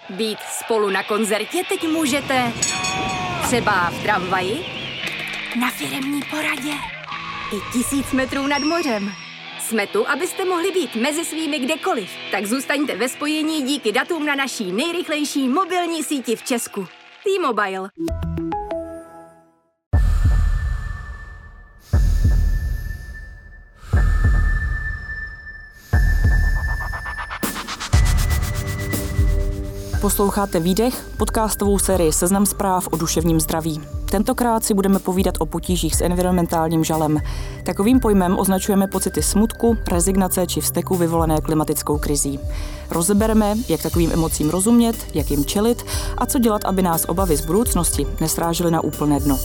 Být spolu na koncertě teď můžete třeba v tramvaji, na firemní poradě i 1000 metrů nad mořem. Jsme tu, abyste mohli být mezi svými kdekoliv. Tak zůstaňte ve spojení díky datům na naší nejrychlejší mobilní síti v Česku. T-Mobile. Posloucháte Výdech, podcastovou sérii Seznam zpráv o duševním zdraví. Tentokrát si budeme povídat o potížích s environmentálním žalem. Takovým pojmem označujeme pocity smutku, rezignace či vzteku vyvolané klimatickou krizí. Rozebereme, jak takovým emocím rozumět, jak jim čelit a co dělat, aby nás obavy z budoucnosti nesrážely na úplné dno.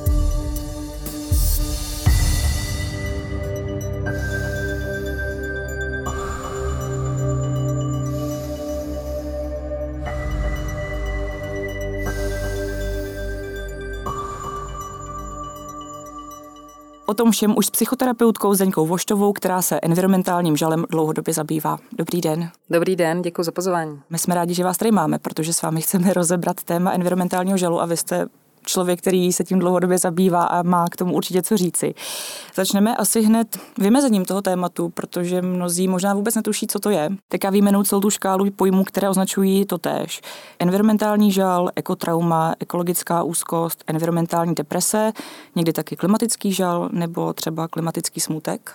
O tom všem už s psychoterapeutkou Zdeňkou Voštovou, která se environmentálním žalem dlouhodobě zabývá. Dobrý den. Dobrý den, děkuji za pozvání. My jsme rádi, že vás tady máme, protože s vámi chceme rozebrat téma environmentálního žalu a vy jste člověk, který se tím dlouhodobě zabývá a má k tomu určitě co říci. Začneme asi hned vymezením toho tématu, protože mnozí možná vůbec netuší, co to je. Tak já vyjmenuji celou tu škálu pojmů, které označují totéž. Environmentální žal, ekotrauma, ekologická úzkost, environmentální deprese, někdy taky klimatický žal nebo třeba klimatický smutek.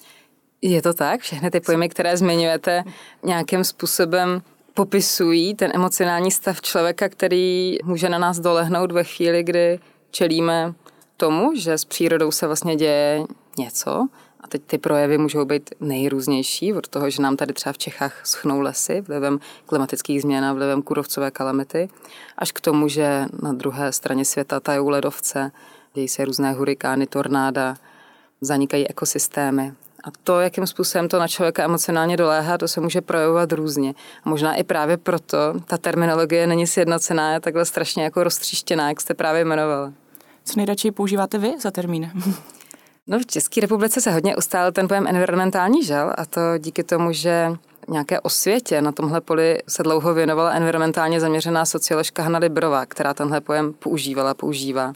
Je to tak? Všechny ty pojmy, které zmiňujete, nějakým způsobem popisují ten emocionální stav člověka, který může na nás dolehnout ve chvíli, kdy čelíme tomu, že s přírodou se vlastně děje něco. A teď ty projevy můžou být nejrůznější, od toho, že nám tady třeba v Čechách schnou lesy vlivem klimatických změn a vlivem kůrovcové kalamity, až k tomu, že na druhé straně světa tajou ledovce, dějí se různé hurikány, tornáda, zanikají ekosystémy. A to, jakým způsobem to na člověka emocionálně doléhá, to se může projevovat různě. A možná i právě proto ta terminologie není sjednocená, je takhle strašně jako roztříštěná, jak jste právě jmenovala. Co nejradši používáte vy za termín? No, v České republice se hodně ustálil ten pojem environmentální žal a to díky tomu, že nějaké osvětě na tomhle poli se dlouho věnovala environmentálně zaměřená socioložka Hana Librová, která tenhle pojem používá.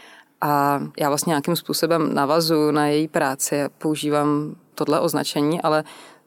A já vlastně nějakým způsobem navazuju na její práci a používám tohle označení, ale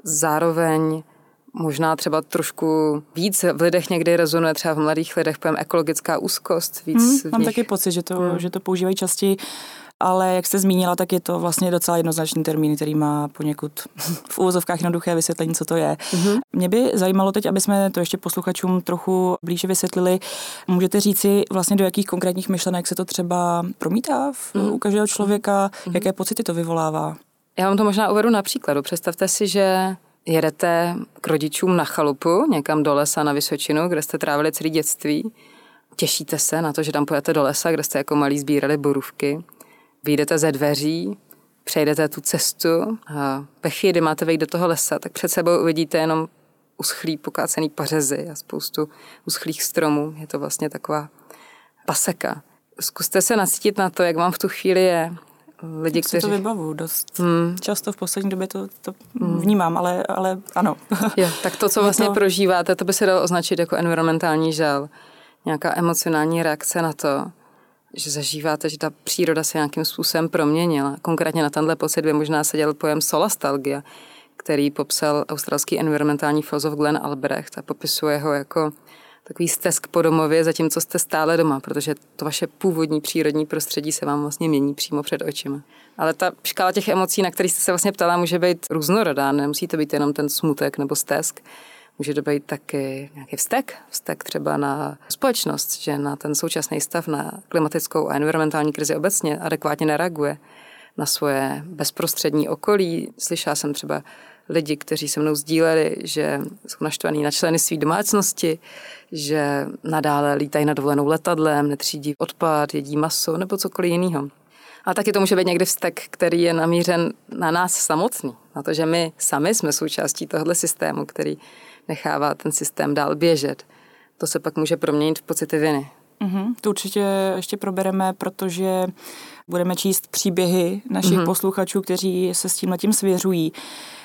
zároveň možná třeba trošku víc v lidech někdy rezonuje, třeba v mladých lidech pojem ekologická úzkost. Mám taky pocit, že to používají častěji, ale jak jste zmínila, tak je to vlastně docela jednoznačný termín, který má poněkud v úvozovkách jednoduché vysvětlení, co to je. Mě by zajímalo teď, aby jsme to ještě posluchačům trochu blíže vysvětlili. Můžete říci vlastně, do jakých konkrétních myšlenek se to třeba promítá u každého člověka, jaké pocity to vyvolává? Já vám to možná uvedu na příkladu. Představte si, že jedete k rodičům na chalupu, někam do lesa na Vysočinu, kde jste trávili celé dětství. Těšíte se na to, že tam pojete do lesa, kde jste jako malí sbírali borůvky. Vyjdete ze dveří, přejdete tu cestu a ve chvíli, kdy máte vejít do toho lesa, tak před sebou uvidíte jenom uschlý, pokácený pařezy a spoustu uschlých stromů. Je to vlastně taková paseka. Zkuste se nacítit na to, jak vám v tu chvíli je. Lidi, kteří... to vybavu dost. Často v poslední době to vnímám, ale ano. Jo, tak to, co vlastně prožíváte, to by se dalo označit jako environmentální žal. Nějaká emocionální reakce na to, že zažíváte, že ta příroda se nějakým způsobem proměnila. Konkrétně na tenhle pocit by možná seděl pojem solastalgia, který popsal australský environmentální filozof Glenn Albrecht a popisuje ho jako takový stesk po domově, zatímco jste stále doma, protože to vaše původní přírodní prostředí se vám vlastně mění přímo před očima. Ale ta škála těch emocí, na které jste se vlastně ptala, může být různorodá, nemusí to být jenom ten smutek nebo stesk. Může to být taky nějaký vztek třeba na společnost, že na ten současný stav, na klimatickou a environmentální krizi obecně adekvátně nereaguje na svoje bezprostřední okolí. Slyšela jsem třeba lidi, kteří se mnou sdíleli, že jsou naštvaní na členy své domácnosti, že nadále lítají na dovolenou letadlem, netřídí odpad, jedí maso nebo cokoliv jiného. Ale taky to může být někdy vztek, který je namířen na nás samotný, na to, že my sami jsme součástí tohoto systému, který nechává ten systém dál běžet. To se pak může proměnit v pocity viny. To určitě ještě probereme, protože budeme číst příběhy našich posluchačů, kteří se s tímhletím svěřují.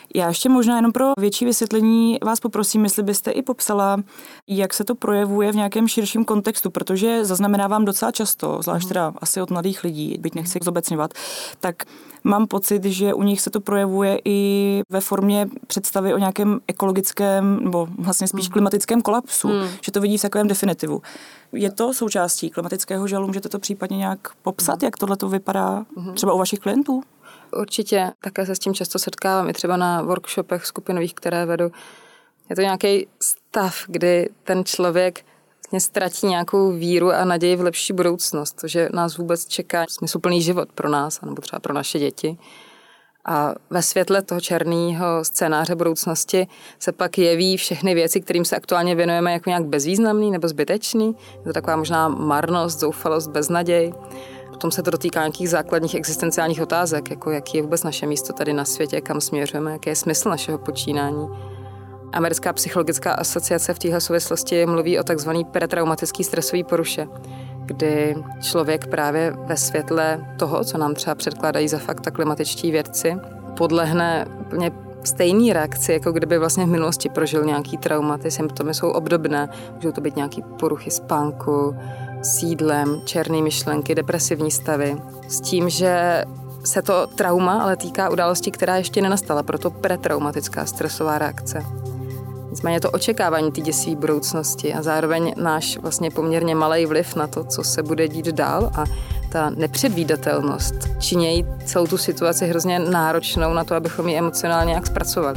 Já ještě možná jenom pro větší vysvětlení vás poprosím, jestli byste i popsala, jak se to projevuje v nějakém širším kontextu, protože zaznamenávám docela často, zvlášť teda asi od mladých lidí, byť nechci zobecňovat, tak mám pocit, že u nich se to projevuje i ve formě představy o nějakém ekologickém nebo vlastně spíš klimatickém kolapsu, že to vidí v takovém definitivu. Je to součástí klimatického žalu? Můžete to případně nějak popsat, jak tohle to vypadá třeba u vašich klientů? Určitě, také se s tím často setkávám i třeba na workshopech skupinových, které vedu. Je to nějaký stav, kdy ten člověk vlastně ztratí nějakou víru a naději v lepší budoucnost, že nás vůbec čeká smysluplný život pro nás, nebo třeba pro naše děti. A ve světle toho černého scénáře budoucnosti se pak jeví všechny věci, kterým se aktuálně věnujeme, jako nějak bezvýznamný nebo zbytečný. Je to taková možná marnost, zoufalost, beznaděj. Potom se to dotýká nějakých základních existenciálních otázek, jako jaký je vůbec naše místo tady na světě, kam směřujeme, jaký je smysl našeho počínání. Americká psychologická asociace v téhle souvislosti mluví o takzvaný pretraumatický stresový poruše, kdy člověk právě ve světle toho, co nám třeba předkládají za fakta klimatičtí vědci, podlehne úplně stejný reakci, jako kdyby vlastně v minulosti prožil nějaký trauma. Ty symptomy jsou obdobné, můžou to být nějaký poruchy spánku, s jídlem, černé myšlenky, depresivní stavy. S tím, že se to trauma ale týká události, která ještě nenastala, proto pretraumatická stresová reakce. Nicméně to očekávání té děsivé budoucnosti a zároveň náš vlastně poměrně malý vliv na to, co se bude dít dál a ta nepředvídatelnost činí celou tu situaci hrozně náročnou na to, abychom ji emocionálně nějak zpracovali.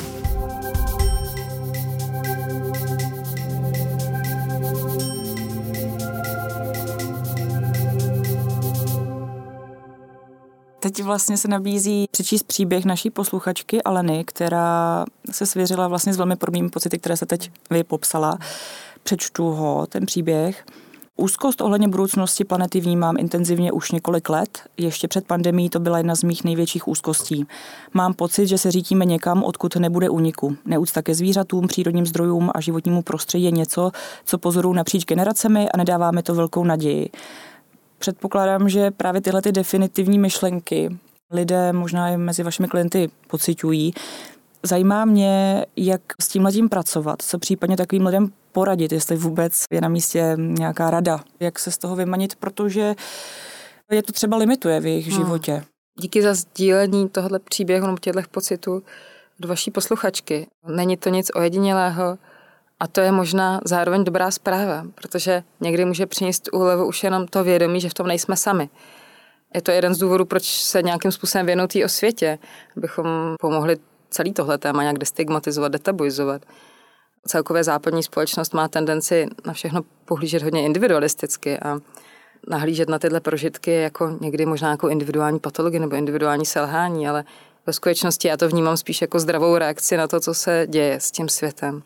Teď vlastně se nabízí přečíst příběh naší posluchačky Aleny, která se svěřila vlastně s velmi podobnými pocity, které se teď vy popsala. Přečtu ho, ten příběh. Úzkost ohledně budoucnosti planety vnímám intenzivně už několik let. Ještě před pandemií to byla jedna z mých největších úzkostí. Mám pocit, že se řítíme někam, odkud nebude úniku. Neúcta ke zvířatům, přírodním zdrojům a životnímu prostředí je něco, co pozoruju napříč generacemi a nedává mi to velkou naději. Předpokládám, že právě tyhle ty definitivní myšlenky lidé možná i mezi vašimi klienty pociťují. Zajímá mě, jak s tímhletím pracovat, co případně takovým lidem poradit, jestli vůbec je na místě nějaká rada, jak se z toho vymanit, protože je to třeba limituje v jejich životě. Díky za sdílení tohoto příběhu nebo těchto pocitů do vaší posluchačky. Není to nic ojedinělého a to je možná zároveň dobrá zpráva, protože někdy může přinést úlevu už jenom to vědomí, že v tom nejsme sami. Je to jeden z důvodů, proč se nějakým způsobem věnout té osvětě, abychom pomohli celý tohle téma nějak destigmatizovat, detabuizovat. Celkově západní společnost má tendenci na všechno pohlížet hodně individualisticky a nahlížet na tyhle prožitky jako někdy možná jako individuální patologii nebo individuální selhání, ale ve skutečnosti já to vnímám spíš jako zdravou reakci na to, co se děje s tím světem.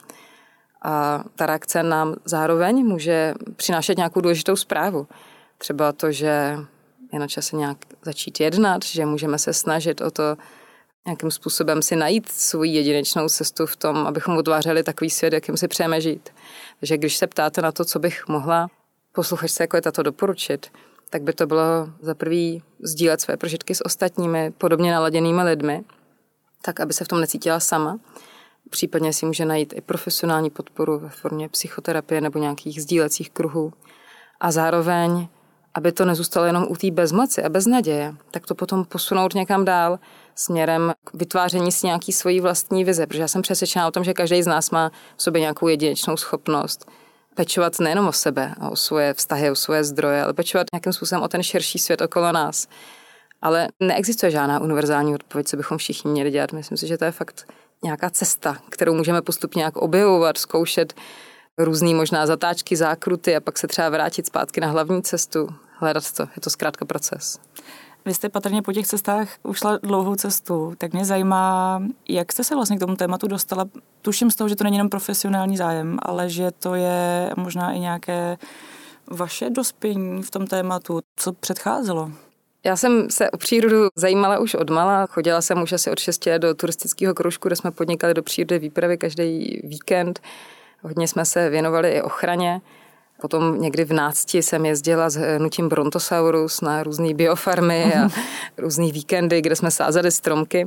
A ta reakce nám zároveň může přinášet nějakou důležitou zprávu. Třeba to, že je na čase nějak začít jednat, že můžeme se snažit o to nějakým způsobem si najít svou jedinečnou cestu v tom, abychom utvářeli takový svět, jakým si přejeme žít. Takže když se ptáte na to, co bych mohla posluchačce jako je tato doporučit, tak by to bylo za prvý sdílet své prožitky s ostatními podobně naladěnými lidmi, tak aby se v tom necítila sama. Případně si může najít i profesionální podporu ve formě psychoterapie nebo nějakých sdílecích kruhů. A zároveň, aby to nezůstalo jenom u té bezmoci a beznaděje, tak to potom posunout někam dál směrem k vytváření si nějaký svojí vlastní vize, protože já jsem přesvědčená o tom, že každý z nás má v sobě nějakou jedinečnou schopnost pečovat nejenom o sebe a o svoje vztahy, o svoje zdroje, ale pečovat nějakým způsobem o ten širší svět okolo nás. Ale neexistuje žádná univerzální odpověď, co bychom všichni měli dělat. Myslím si, že to je fakt nějaká cesta, kterou můžeme postupně nějak objevovat, zkoušet různý možná zatáčky, zákruty a pak se třeba vrátit zpátky na hlavní cestu, hledat to. Je to zkrátka proces. Vy jste patrně po těch cestách ušla dlouhou cestu, tak mě zajímá, jak jste se vlastně k tomu tématu dostala. Tuším z toho, že to není jenom profesionální zájem, ale že to je možná i nějaké vaše dospění v tom tématu. Co předcházelo? Já jsem se o přírodu zajímala už odmala. Chodila jsem už asi od 6 let do turistického kroužku, kde jsme podnikali do přírody výpravy každý víkend. Hodně jsme se věnovali i ochraně. Potom někdy v nácti jsem jezdila s hnutím Brontosaurus na různé biofarmy a různý víkendy, kde jsme sázeli stromky.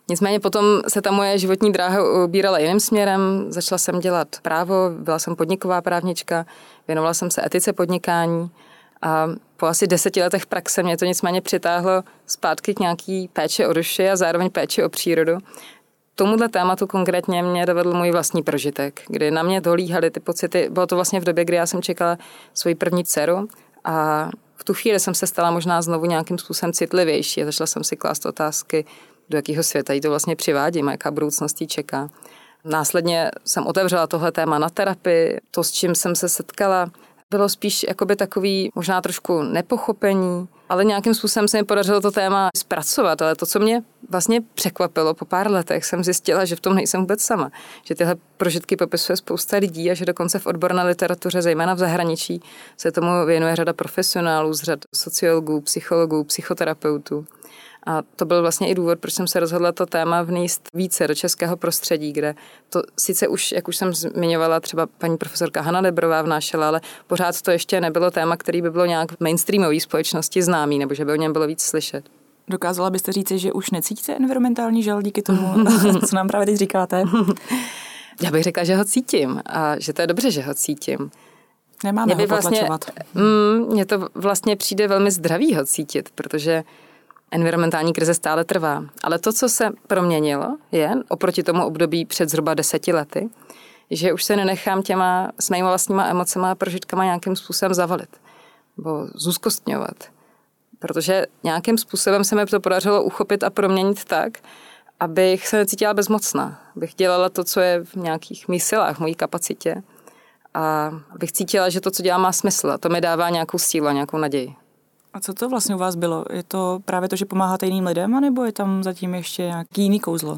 Nicméně potom se ta moje životní dráha ubírala jiným směrem. Začala jsem dělat právo, byla jsem podniková právnička, věnovala jsem se etice podnikání a po asi 10 letech praxe mě to nicméně přitáhlo zpátky k nějaký péči o duši a zároveň péči o přírodu. Tomuhle tématu konkrétně mě dovedl můj vlastní prožitek, kdy na mě dolíhaly ty pocity. Bylo to vlastně v době, kdy já jsem čekala svoji první dceru a v tu chvíli jsem se stala možná znovu nějakým způsobem citlivější a začala jsem si klást otázky, do jakého světa jí to vlastně přivádím a jaká budoucnost jí čeká. Následně jsem otevřela tohle téma na terapii. To, s čím jsem se setkala, bylo spíš jakoby takový možná trošku nepochopení, ale nějakým způsobem se mi podařilo to téma zpracovat. Ale to, co mě vlastně překvapilo po pár letech, jsem zjistila, že v tom nejsem vůbec sama. Že tyhle prožitky popisuje spousta lidí a že dokonce v odborné literatuře, zejména v zahraničí, se tomu věnuje řada profesionálů, z řad sociologů, psychologů, psychoterapeutů. A to byl vlastně i důvod, proč jsem se rozhodla to téma vníst více do českého prostředí, kde to sice už, jak už jsem zmiňovala, třeba paní profesorka Hana Lebrová vnášela, ale pořád to ještě nebylo téma, který by bylo nějak v mainstreamové společnosti známý, nebo že by o něm bylo víc slyšet. Dokázala byste říci, že už necítíte environmentální žal díky tomu, co nám právě teď říkáte? Já bych řekla, že ho cítím a že to je dobře, že ho cítím. Nemáme ho potlačovat. Mně to vlastně přijde velmi zdravý ho cítit, protože environmentální krize stále trvá. Ale to, co se proměnilo, je oproti tomu období před zhruba 10 lety, že už se nenechám těma s mýma vlastníma emocema a prožitkama nějakým způsobem zavalit. Nebo zúzkostňovat. Protože nějakým způsobem se mi to podařilo uchopit a proměnit tak, abych se necítila bezmocná. Abych dělala to, co je v nějakých mých silách, v mojí kapacitě. A abych cítila, že to, co dělám, má smysl. A to mi dává nějakou sílu a nějakou naději. A co to vlastně u vás bylo? Je to právě to, že pomáháte jiným lidem, anebo je tam zatím ještě nějaký jiný kouzlo?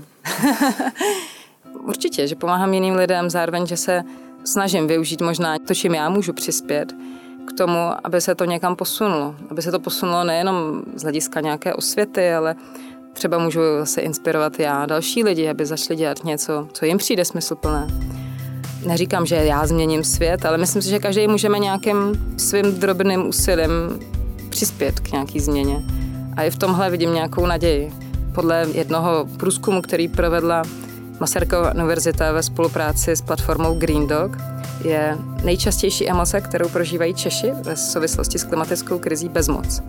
Určitě, že pomáhám jiným lidem, zároveň, že se snažím využít možná to, čím já můžu přispět k tomu, aby se to někam posunulo. Aby se to posunulo nejenom z hlediska nějaké osvěty, ale třeba můžu zase inspirovat já další lidi, aby začali dělat něco, co jim přijde smysluplné. Neříkám, že já změním svět, ale myslím si, že každý můžeme nějakým svým drobným úsilím přispět k nějaký změně. A i v tomhle vidím nějakou naději. Podle jednoho průzkumu, který provedla Masarykova univerzita ve spolupráci s platformou Green Dog, je nejčastější emoce, kterou prožívají Češi ve souvislosti s klimatickou krizí bezmoc.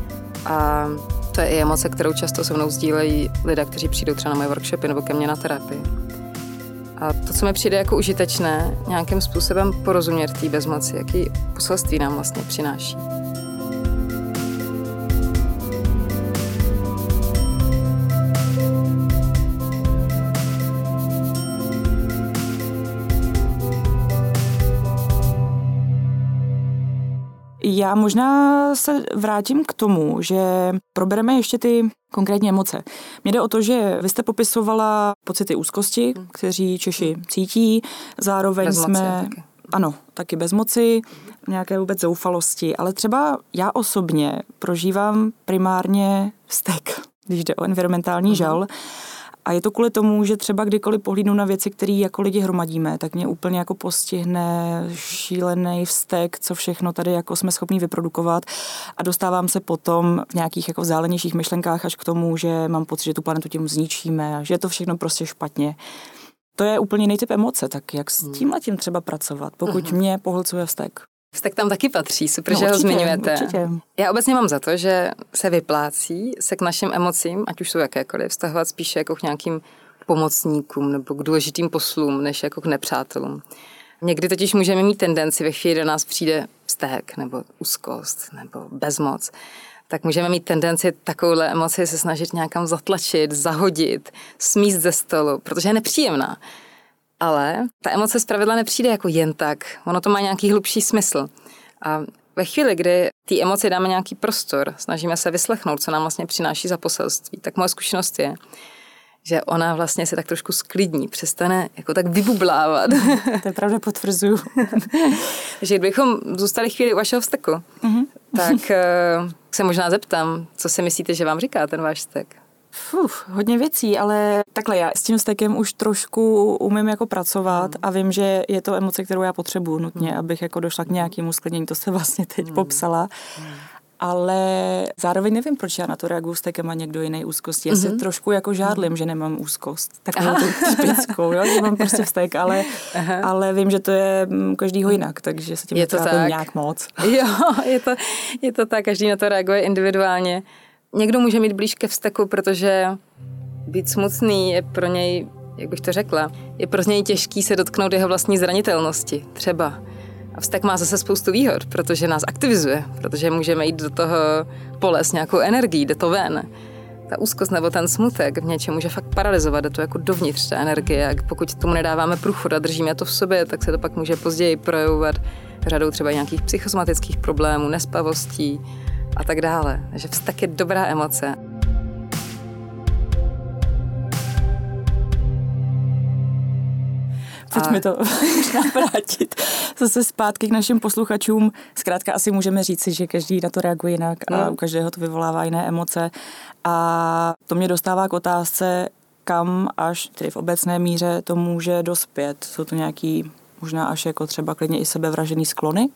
A to je i emoce, kterou často se mnou sdílejí lidé, kteří přijdou třeba na moje workshopy nebo ke mně na terapii. A to, co mi přijde jako užitečné, nějakým způsobem porozumět té bezmoci, jaký poselství nám vlastně přináší. Já možná se vrátím k tomu, že probereme ještě ty konkrétní emoce. Mně jde o to, že vy jste popisovala pocity úzkosti, kteří Češi cítí, zároveň bezmoci, jsme... taky. Ano, taky bezmoci, nějaké vůbec zoufalosti, ale třeba já osobně prožívám primárně vztek, když jde o environmentální žal. A je to kvůli tomu, že třeba kdykoliv pohlídnu na věci, které jako lidi hromadíme, tak mě úplně jako postihne šílený vztek, co všechno tady jako jsme schopní vyprodukovat a dostávám se potom v nějakých jako vzdálenějších myšlenkách až k tomu, že mám pocit, že tu planetu tím zničíme a že je to všechno prostě špatně. To je úplně jiný typ emoce, tak jak s tímhletím třeba pracovat, pokud mě pohlcuje vztek? Vztek tam taky patří, super, že ho zmiňujete. Určitě. Já obecně mám za to, že se vyplácí se k našim emocím, ať už jsou jakékoliv, vztahovat spíše jako k nějakým pomocníkům nebo k důležitým poslům, než jako k nepřátelům. Někdy totiž můžeme mít tendenci, ve chvíli, kdy do nás přijde vztek nebo úzkost nebo bezmoc, tak můžeme mít tendenci takovouhle emoci se snažit nějakam zatlačit, zahodit, smíst ze stolu, protože je nepříjemná. Ale ta emoce zpravidla nepřijde jako jen tak. Ono to má nějaký hlubší smysl. A ve chvíli, kdy té emoci dáme nějaký prostor, snažíme se vyslechnout, co nám vlastně přináší za poselství, tak moje zkušenost je, že ona vlastně se tak trošku sklidní, přestane jako tak vybublávat. To je pravda, potvrzuju. Takže kdybychom zůstali chvíli u vašeho vzteku, tak se možná zeptám, co si myslíte, že vám říká ten váš vztek? Hodně věcí, ale takhle já s tím vztekem už trošku umím jako pracovat a vím, že je to emoce, kterou já potřebuju nutně, abych jako došla k nějakému sklidnění, to jste vlastně teď popsala. ale zároveň nevím, proč já na to reaguju vztekem a někdo jiný úzkostí. Já se trošku jako žádlím, že nemám úzkost. Takovou tu typickou, jo? Že mám prostě vztek, ale vím, že to je každýho jinak, takže se tím netrápím nějak moc. Jo, je to tak, každý na to reaguje individuálně. Někdo může mít blíž ke vzteku, protože být smutný je pro něj, jak bych to řekla, je pro něj těžký se dotknout jeho vlastní zranitelnosti, třeba. A vztek má zase spoustu výhod, protože nás aktivizuje, protože můžeme jít do toho pole s nějakou energií, jde to ven. Ta úzkost nebo ten smutek v něčem může fakt paralyzovat, jde to jako dovnitř ta energie. A pokud tomu nedáváme průchod a držíme to v sobě, tak se to pak může později projevovat řadou třeba nějakých psychosomatických problémů, nespavostí a tak dále. Takže vztek je dobrá emoce. Pojďme to vrátit zase zpátky k našim posluchačům. Zkrátka asi můžeme říci, že každý na to reaguje jinak a u každého to vyvolává jiné emoce. A to mě dostává k otázce, kam až tedy v obecné míře to může dospět. Jsou to nějaký možná až jako třeba klidně i sebevražený sklony?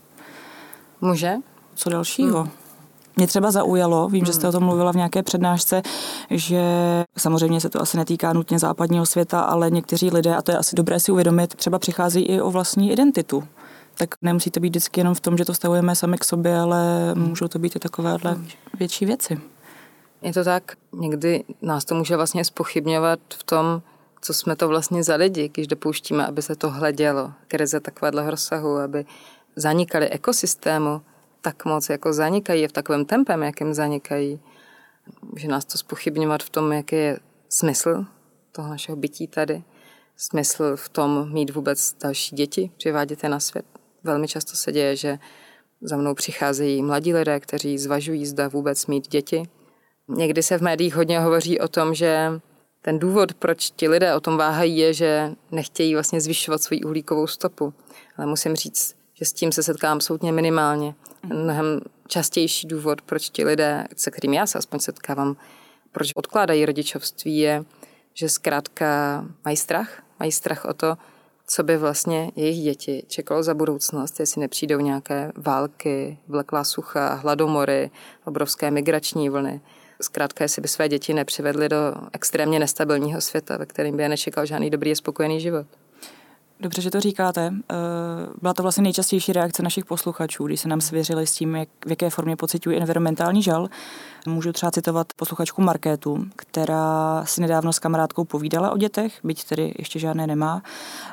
Může. Co dalšího? Mě třeba zaujalo, vím, že jste o tom mluvila v nějaké přednášce, že samozřejmě se to asi netýká nutně západního světa, ale někteří lidé, a to je asi dobré si uvědomit, třeba přicházejí i o vlastní identitu. Tak nemusí to být vždycky jenom v tom, že to stavujeme sami k sobě, ale můžou to být i takovéhle větší věci. Je to tak, někdy nás to může vlastně zpochybňovat v tom, co jsme to vlastně za lidi, když dopouštíme, aby se tohle dělo, krize takovéhle rozsahu, aby zanikaly ekosystému, tak moc jako zanikají, v takovém tempem, jakým zanikají, že nás to zpochybňovat v tom, jaký je smysl toho našeho bytí tady, smysl v tom mít vůbec další děti, přivádět je na svět. Velmi často se děje, že za mnou přicházejí mladí lidé, kteří zvažují, zda vůbec mít děti. Někdy se v médiích hodně hovoří o tom, že ten důvod, proč ti lidé o tom váhají, je, že nechtějí vlastně zvyšovat svou uhlíkovou stopu. Ale musím říct, že s tím se setkám absolutně minimálně. Mnohem častější důvod, proč ti lidé, se kterými já se aspoň setkávám, proč odkládají rodičovství, je, že zkrátka mají strach o to, co by vlastně jejich děti čekalo za budoucnost, jestli nepřijdou nějaké války, vleklá sucha, hladomory, obrovské migrační vlny. Zkrátka, jestli by své děti nepřivedly do extrémně nestabilního světa, ve kterém by je nečekal žádný dobrý a spokojený život. Dobře, že to říkáte. Byla to vlastně nejčastější reakce našich posluchačů, když se nám svěřili s tím, v jaké formě pociťují environmentální žal. Můžu třeba citovat posluchačku Markétu, která si nedávno s kamarádkou povídala o dětech, byť tedy ještě žádné nemá,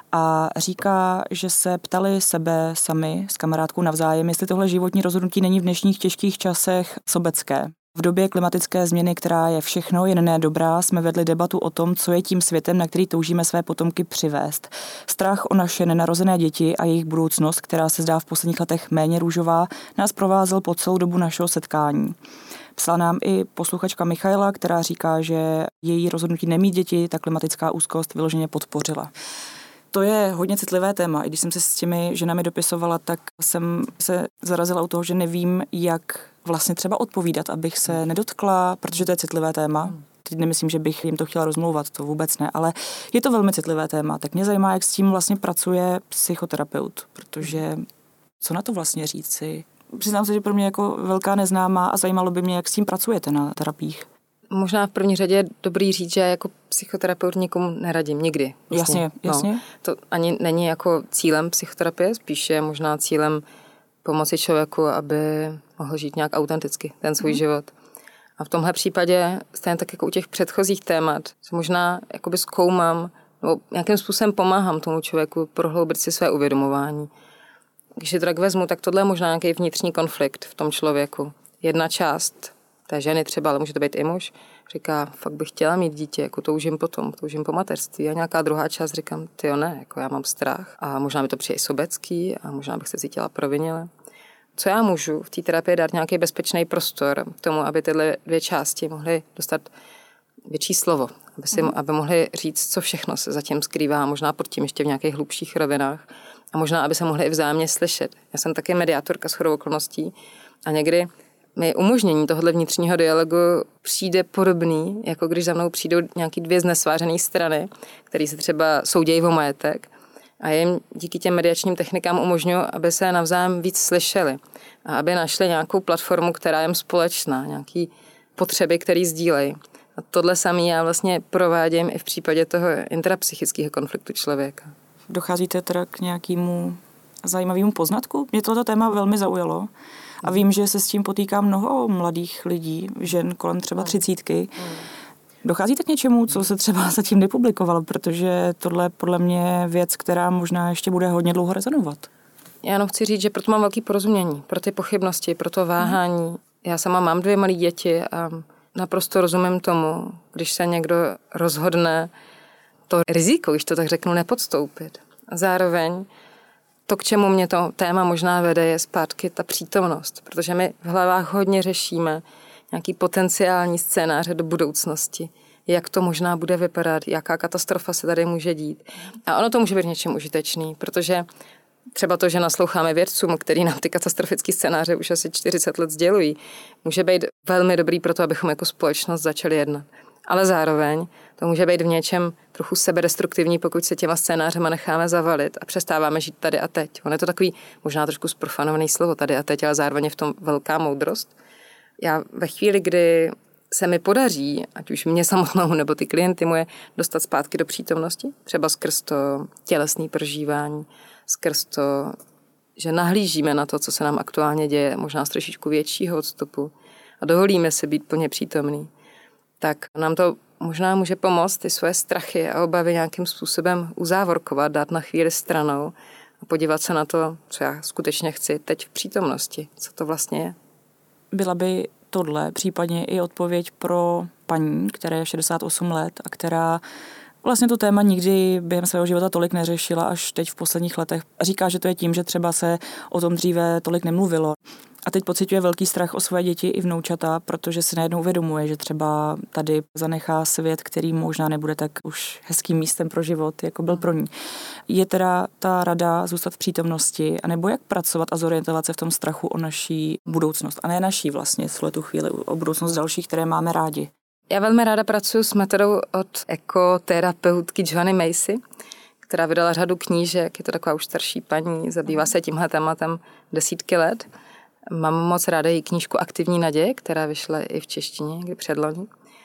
a říká, že se ptali sebe sami s kamarádkou navzájem, jestli tohle životní rozhodnutí není v dnešních těžkých časech sobecké. V době klimatické změny, která je všechno, jen ne dobrá, jsme vedli debatu o tom, co je tím světem, na který toužíme své potomky přivést. Strach o naše nenarozené děti a jejich budoucnost, která se zdá v posledních letech méně růžová, nás provázel po celou dobu našeho setkání. Psala nám i posluchačka Michaela, která říká, že její rozhodnutí nemít děti ta klimatická úzkost vyloženě podpořila. To je hodně citlivé téma. I když jsem se s těmi ženami dopisovala, tak jsem se zarazila u toho, že nevím, jak vlastně třeba odpovídat, abych se nedotkla, protože to je citlivé téma. Teď nemyslím, že bych jim to chtěla rozmlouvat, to vůbec ne, ale je to velmi citlivé téma. Tak mě zajímá, jak s tím vlastně pracuje psychoterapeut, protože co na to vlastně říci? Přiznám se, že pro mě jako velká neznámá a zajímalo by mě, jak s tím pracujete na terapiích. Možná v první řadě je dobrý říct, že jako psychoterapeut nikomu neradím nikdy. Vlastně. Jasně. No, to ani není jako cílem psychoterapie, spíše možná cílem pomoci člověku, aby mohl žít nějak autenticky ten svůj život. A v tomhle případě, stejně tak jako u těch předchozích témat, možná jakoby zkoumám, nebo nějakým způsobem pomáhám tomu člověku prohloubit si své uvědomování. Když si to tak vezmu, tak tohle je možná nějaký vnitřní konflikt v tom člověku. Jedna část té ženy třeba, ale může to být i muž, říká, fakt bych chtěla mít dítě, jako toužím po mateřství. A nějaká druhá část říkám, tyjo ne, jako já mám strach a možná mi to přijde sobecký a možná bych se cítila provinile. Co já můžu v té terapii dát nějaký bezpečný prostor k tomu, aby tyhle dvě části mohly dostat větší slovo, aby mohli říct, co všechno se zatím skrývá, možná pod tím ještě v nějakých hlubších rovinách a možná, aby se mohli i vzájemně slyšet. Já jsem taky mediátorka shodou okolností a někdy mi umožnění tohohle vnitřního dialogu přijde podobný, jako když za mnou přijdou nějaký dvě znesvářené strany, které se třeba soudějí o majetek a jim díky těm mediačním technikám umožňují, aby se navzájem víc slyšeli. a aby našli nějakou platformu, která je jim společná, nějaký potřeby, které sdílejí. A tohle samé já vlastně provádím i v případě toho intrapsychického konfliktu člověka. Docházíte teda k nějakému zajímavému poznatku? Mě toto téma velmi zaujalo a vím, že se s tím potýká mnoho mladých lidí, žen kolem třeba 30. Docházíte k něčemu, co se třeba zatím nepublikovalo, protože tohle je podle mě věc, která možná ještě bude hodně dlouho rezonovat. Já jenom chci říct, že proto mám velké porozumění, pro ty pochybnosti, pro to váhání. Já sama mám 2 malé děti a naprosto rozumím tomu, když se někdo rozhodne to riziko, když to tak řeknu, nepodstoupit. A zároveň to, k čemu mě to téma možná vede, je zpátky ta přítomnost, protože my v hlavách hodně řešíme nějaký potenciální scénáře do budoucnosti, jak to možná bude vypadat, jaká katastrofa se tady může dít. A ono to může být něčím užitečný, protože třeba to, že nasloucháme vědcům, který nám ty katastrofické scénáře už asi 40 let sdělují, může být velmi dobrý pro to, abychom jako společnost začali jednat. Ale zároveň to může být v něčem trochu sebedestruktivní, pokud se těma scénářema necháme zavalit a přestáváme žít tady a teď. On je to takový možná trošku zprofanovaný slovo tady a teď, ale zároveň je v tom velká moudrost. Já ve chvíli, kdy se mi podaří, ať už mě samotnou nebo ty klienty moje, dostat zpátky do přítomnosti, třeba skrz to tělesné prožívání, skrz to, že nahlížíme na to, co se nám aktuálně děje, možná z trošičku většího odstupu a dovolíme si být plně přítomný, tak nám to možná může pomoct ty svoje strachy a obavy nějakým způsobem uzávorkovat, dát na chvíli stranou a podívat se na to, co já skutečně chci teď v přítomnosti, co to vlastně je. Byla by tohle případně i odpověď pro paní, která je 68 let a která vlastně to téma nikdy během svého života tolik neřešila, až teď v posledních letech. Říká, že to je tím, že třeba se o tom dříve tolik nemluvilo. A teď pociťuje velký strach o své děti i vnoučata, protože si najednou uvědomuje, že třeba tady zanechá svět, který možná nebude tak už hezkým místem pro život, jako byl pro ní. Je teda ta rada zůstat v přítomnosti, anebo jak pracovat a zorientovat se v tom strachu o naší budoucnost, a ne naší vlastně v tu chvíli, o budoucnost dalších, které máme rádi. Já velmi ráda pracuji s metodou od ekoterapeutky Joanny Macy, která vydala řadu knížek, je to taková už starší paní, zabývá se tímhle tématem desítky let. Mám moc ráda její knížku Aktivní naděje, která vyšla i v češtině, kdy předloni.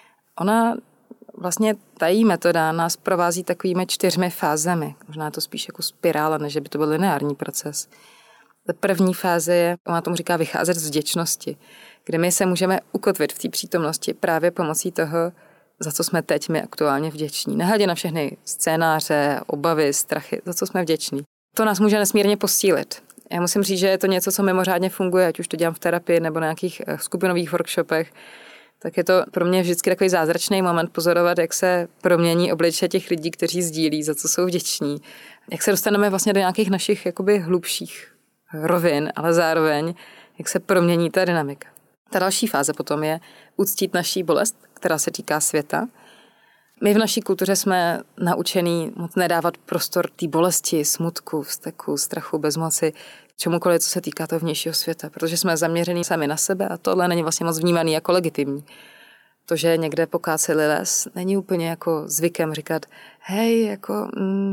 Ona vlastně, ta její metoda nás provází takovými 4 fázemi. Možná to spíš jako spirála, než by to byl lineární proces. Ta první fáze je, ona tomu říká, vycházet z vděčnosti, kde my se můžeme ukotvit v té přítomnosti právě pomocí toho, za co jsme teď my aktuálně vděční. Nehledě na všechny scénáře, obavy, strachy, za co jsme vděční. To nás může nesmírně posílit. Já musím říct, že je to něco, co mimořádně funguje, ať už to dělám v terapii nebo na nějakých skupinových workshopech, tak je to pro mě vždycky takový zázračný moment pozorovat, jak se promění obličeje těch lidí, kteří sdílí, za co jsou vděční. Jak se dostaneme vlastně do nějakých našich jakoby hlubších rovin, ale zároveň, jak se promění ta dynamika. Ta další fáze potom je uctít naší bolest, která se týká světa. My v naší kultuře jsme naučení moc nedávat prostor té bolesti, smutku, vzteku, strachu, bezmoci, čemukoliv, co se týká toho vnějšího světa, protože jsme zaměření sami na sebe a tohle není vlastně moc vnímaný jako legitimní. To, že někde pokáceli les, není úplně jako zvykem říkat, hej, jako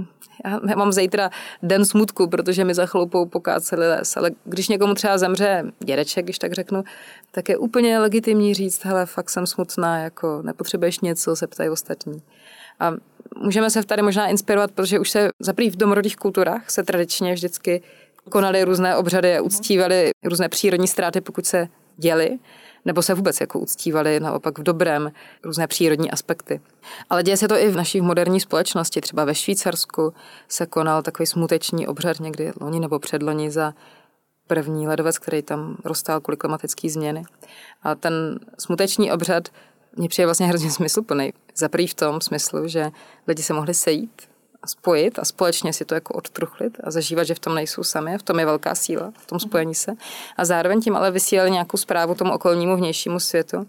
já mám zítra den smutku, protože mi za chloupou pokáceli les, ale když někomu třeba zemře dědeček, když tak řeknu, tak je úplně legitimní říct, hele, fakt jsem smutná, jako nepotřebuješ něco, se ptají ostatní. A můžeme se tady možná inspirovat, protože už se zaprý v domorodých kulturách se tradičně vždycky konaly různé obřady a uctívaly různé přírodní ztráty, pokud se děly, nebo se vůbec jako uctívaly naopak v dobrém různé přírodní aspekty. Ale děje se to i v naší moderní společnosti. Třeba ve Švýcarsku se konal takový smuteční obřad někdy loni nebo předloni za první ledovec, který tam roztál kvůli klimatické změny. A ten smuteční obřad mě přijde vlastně hrozně smysluplný. Zaprý v tom smyslu, že lidi se mohli sejít a spojit a společně si to jako odtruchlit a zažívat, že v tom nejsou sami, v tom je velká síla, v tom spojení se. A zároveň tím ale vysílali nějakou zprávu tomu okolnímu vnějšímu světu,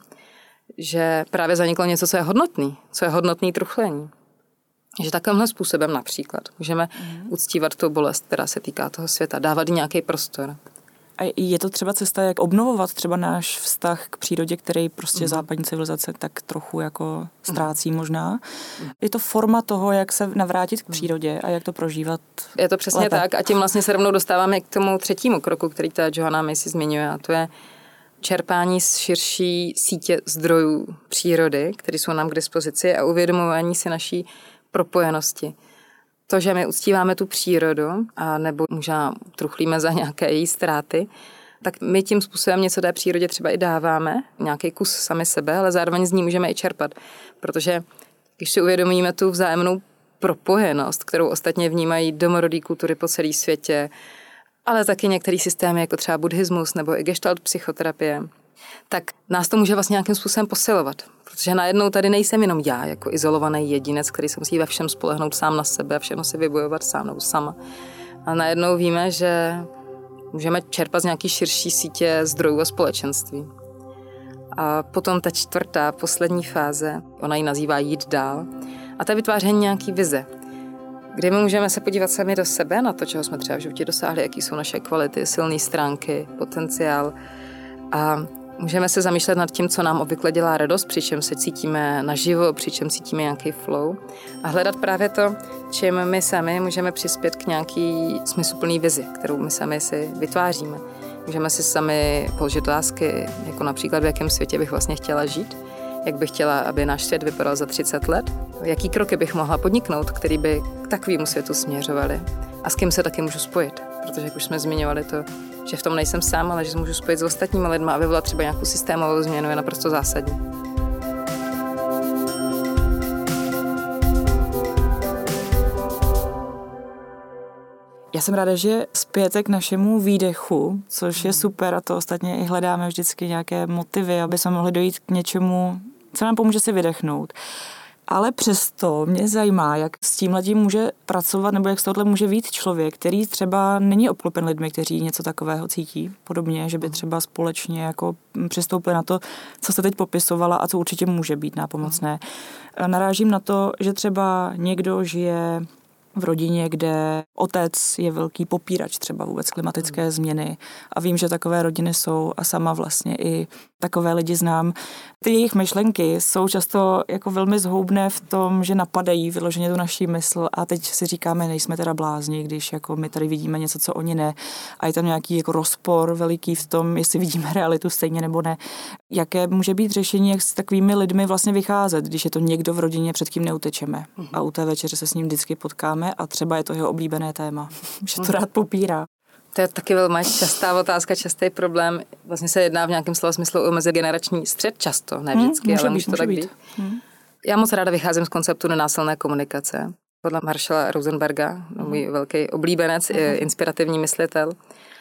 že právě zaniklo něco, co je hodnotný truchlení. Že takovýmhle způsobem například můžeme uctívat tu bolest, která se týká toho světa, dávat jí nějaký prostor. A je to třeba cesta, jak obnovovat třeba náš vztah k přírodě, který prostě západní civilizace tak trochu jako ztrácí možná. Je to forma toho, jak se navrátit k přírodě a jak to prožívat. Je to přesně lépe. tak a tím vlastně se rovnou dostáváme k tomu třetímu kroku, který ta Johanna Macy zmiňuje, a to je čerpání z širší sítě zdrojů přírody, které jsou nám k dispozici, a uvědomování si naší propojenosti. To, že my uctíváme tu přírodu a nebo možná truchlíme za nějaké její ztráty, tak my tím způsobem něco té přírodě třeba i dáváme, nějaký kus sami sebe, ale zároveň z ní můžeme i čerpat. Protože když si uvědomíme tu vzájemnou propojenost, kterou ostatně vnímají domorodé kultury po celém světě, ale taky některé systémy, jako třeba buddhismus nebo i gestalt psychoterapie, tak nás to může vlastně nějakým způsobem posilovat. Protože najednou tady nejsem jenom já, jako izolovaný jedinec, který se musí ve všem spolehnout sám na sebe a všechno si vybojovat sám nebo sama. A najednou víme, že můžeme čerpat z nějaký širší sítě zdrojů a společenství. A potom ta čtvrtá, poslední fáze, ona ji nazývá jít dál, a to je vytváření nějaký vize, kde my můžeme se podívat sami do sebe, na to, čeho jsme třeba v životě dosáhli, jaký jsou naše kvality, silné stránky, potenciál, a můžeme se zamýšlet nad tím, co nám obvykle dělá radost, přičem se cítíme naživo, přičem cítíme nějaký flow, a hledat právě to, čím my sami můžeme přispět k nějaký smysluplný vizi, kterou my sami si vytváříme. Můžeme si sami položit otázky, jako například, v jakém světě bych vlastně chtěla žít, jak bych chtěla, aby náš svět vypadal za 30 let, jaký kroky bych mohla podniknout, který by k takovému světu směřovaly, a s kým se taky můžu spojit. Protože jak už jsme zmiňovali to, že v tom nejsem sám, ale že se můžu spojit s ostatními lidmi a vyvolat třeba nějakou systémovou změnu, je naprosto zásadní. Já jsem ráda, že zpějete k našemu výdechu, což je super, a to ostatně i hledáme vždycky nějaké motivy, aby jsme mohli dojít k něčemu, co nám pomůže si vydechnout. Ale přesto mě zajímá, jak s tímhletím může pracovat, nebo jak z tohohle může vyjít člověk, který třeba není obklopen lidmi, kteří něco takového cítí, podobně, že by třeba společně jako přistoupili na to, co jste teď popisovala a co určitě může být nápomocné. Narážím na to, že třeba někdo žije v rodině, kde otec je velký popírač třeba vůbec klimatické změny, a vím, že takové rodiny jsou, a sama vlastně i takové lidi znám. Ty jejich myšlenky jsou často jako velmi zhoubné v tom, že napadají vyloženě tu naší mysl, a teď si říkáme, nejsme teda blázni, když jako my tady vidíme něco, co oni ne, a je tam nějaký jako rozpor veliký v tom, jestli vidíme realitu stejně nebo ne. Jaké může být řešení, jak s takovými lidmi vlastně vycházet, když je to někdo v rodině, před kým neutečeme, a u té večeře se s ním vždycky potkáme a třeba je to jeho oblíbené téma, že to rád popírá. To je taky velmi častá otázka, častý problém. Vlastně se jedná v nějakém slova smyslu o mezigenerační střet často, ne vždycky, ale může to tak být. Já moc ráda vycházím z konceptu nenásilné komunikace. Podle Marshalla Rosenberga, můj velký oblíbenec, inspirativní myslitel.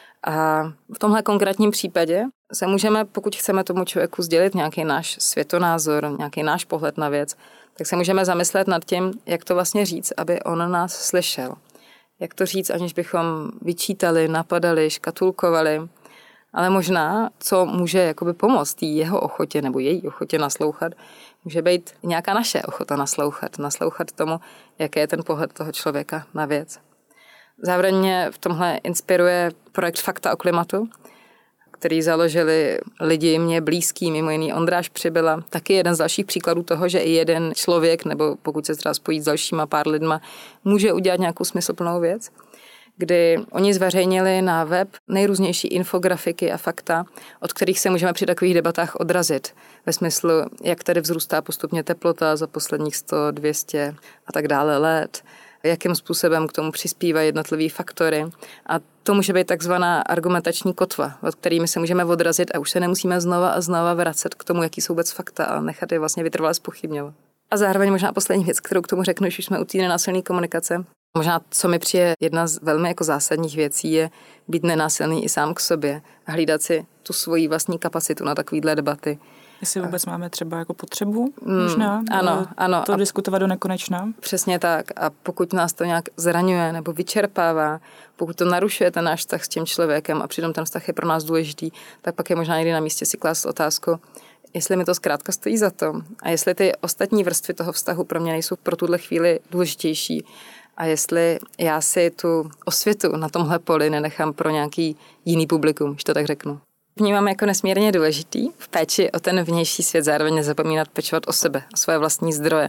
A v tomhle konkrétním případě se můžeme, pokud chceme tomu člověku sdělit nějaký náš světonázor, nějaký náš pohled na věc, tak se můžeme zamyslet nad tím, jak to vlastně říct, aby on nás slyšel. Jak to říct, aniž bychom vyčítali, napadali, škatulkovali, ale možná, co může jakoby pomoct jeho ochotě nebo její ochotě naslouchat, může být nějaká naše ochota naslouchat tomu, jaký je ten pohled toho člověka na věc. Zároveň mě v tomhle inspiruje projekt Fakta o klimatu, který založili lidi mě blízký, mimo jiný Ondráš Přibyla. Taky jeden z dalších příkladů toho, že i jeden člověk, nebo pokud se třeba spojí s dalšíma pár lidma, může udělat nějakou smysluplnou věc, kdy oni zveřejnili na web nejrůznější infografiky a fakta, od kterých se můžeme při takových debatách odrazit. Ve smyslu, jak tady vzrůstá postupně teplota za posledních 100, 200 a tak dále let, jakým způsobem k tomu přispívají jednotlivý faktory. A to může být takzvaná argumentační kotva, od kterými se můžeme odrazit a už se nemusíme znova a znova vracet k tomu, jaký jsou vůbec fakta, a nechat je vlastně vytrvale zpochybňovat. A zároveň možná poslední věc, kterou k tomu řeknu, když už jsme u té nenásilné komunikace. Možná, co mi přijde jedna z velmi jako zásadních věcí, je být nenásilný i sám k sobě a hlídat si tu svoji vlastní kapacitu na takovýhle debaty. Jestli vůbec máme třeba jako potřebu možná ano, to diskutovat do nekonečna. Přesně tak. A pokud nás to nějak zraňuje nebo vyčerpává, pokud to narušuje ten náš vztah s tím člověkem a přitom ten vztah je pro nás důležitý, tak pak je možná někdy na místě si klást otázku, jestli mi to zkrátka stojí za to a jestli ty ostatní vrstvy toho vztahu pro mě nejsou pro tuhle chvíli důležitější A jestli já si tu osvětu na tomhle poli nenechám pro nějaký jiný publikum, že to tak řeknu. Vnímám jako nesmírně důležitý v péči o ten vnější svět zároveň nezapomínat pečovat o sebe, o své vlastní zdroje.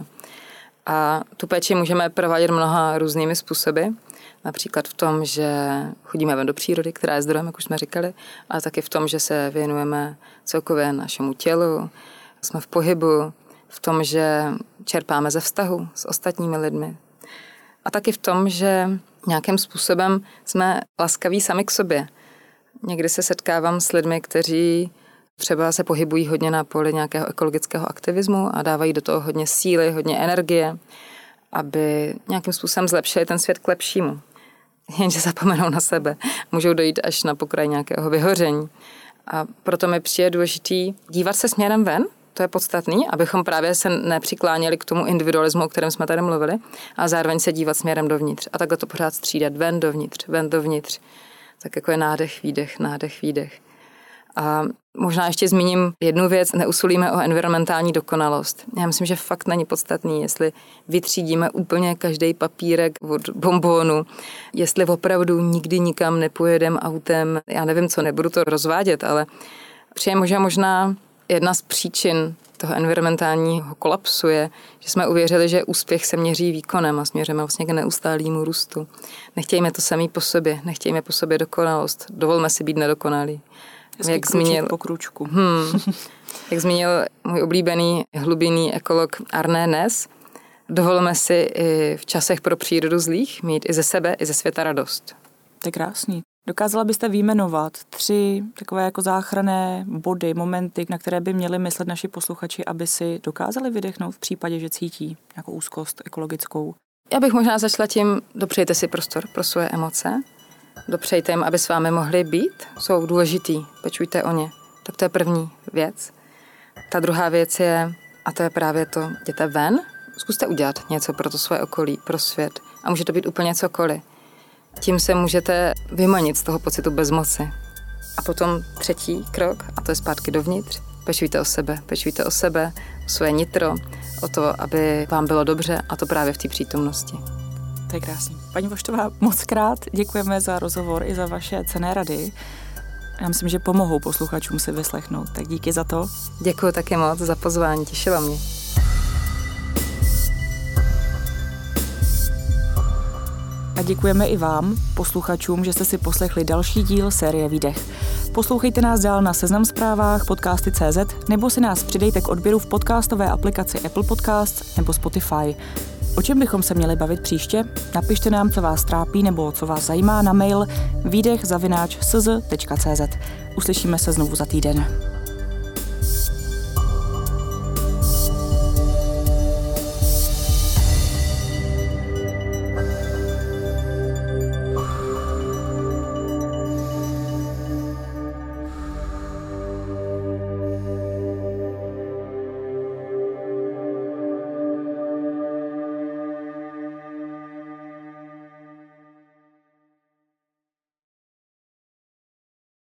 A tu péči můžeme provádět mnoha různými způsoby. Například v tom, že chodíme ven do přírody, která je zdrojem, jak už jsme říkali, ale taky v tom, že se věnujeme celkově našemu tělu, jsme v pohybu, v tom, že čerpáme ze vztahu s ostatními lidmi. A taky v tom, že nějakým způsobem jsme laskaví sami k sobě. Někdy se setkávám s lidmi, kteří třeba se pohybují hodně na poli nějakého ekologického aktivismu a dávají do toho hodně síly, hodně energie, aby nějakým způsobem zlepšili ten svět k lepšímu. Jenže zapomenou na sebe. Můžou dojít až na pokraj nějakého vyhoření. A proto mi přijde důležitý dívat se směrem ven, to je podstatný, abychom právě se nepřikláněli k tomu individualismu, o kterém jsme tady mluvili, a zároveň se dívat směrem dovnitř. A takhle to pořád střídat, ven dovnitř. Tak jako je nádech, výdech. A možná ještě zmíním jednu věc, neusilujeme o environmentální dokonalost. Já myslím, že fakt není podstatný, jestli vytřídíme úplně každý papírek od bonbonu, jestli opravdu nikdy nikam nepojedeme autem, já nevím co, nebudu to rozvádět, ale přijde možná jedna z příčin toho environmentálního kolapsu je, že jsme uvěřili, že úspěch se měří výkonem a směřujeme vlastně k neustálému růstu. Nechtějme to samý po sobě, nechtějme po sobě dokonalost, dovolme si být nedokonalí. Jak zmínil po kručku. Jak zmínil můj oblíbený hlubinný ekolog Arne Ness, dovolme si i v časech pro přírodu zlých mít i ze sebe, i ze světa radost. To je krásný. Dokázala byste vyjmenovat 3 takové jako záchranné body, momenty, na které by měli myslet naši posluchači, aby si dokázali vydechnout v případě, že cítí nějakou úzkost ekologickou? Já bych možná začala tím, dopřejte si prostor pro svoje emoce, dopřejte jim, aby s vámi mohli být, jsou důležitý, pečujte o ně. Tak to je první věc. Ta druhá věc je, a to je právě to, jděte ven, zkuste udělat něco pro to svoje okolí, pro svět. A může to být úplně cokoliv. Tím se můžete vymanit z toho pocitu bezmoci. A potom třetí krok, a to je zpátky dovnitř. Pečujte o sebe, o své nitro, o to, aby vám bylo dobře, a to právě v té přítomnosti. To je krásný. Paní Voštová, moc krát děkujeme za rozhovor i za vaše cenné rady. Já myslím, že pomohou posluchačům si vyslechnout, tak díky za to. Děkuji taky moc za pozvání, těšilo mě. A děkujeme i vám, posluchačům, že jste si poslechli další díl série Výdech. Poslouchejte nás dál na Seznam Zprávách, podcasty.cz nebo si nás přidejte k odběru v podcastové aplikaci Apple Podcasts nebo Spotify. O čem bychom se měli bavit příště? Napište nám, co vás trápí nebo co vás zajímá na mail videch@sz.cz. Uslyšíme se znovu za týden.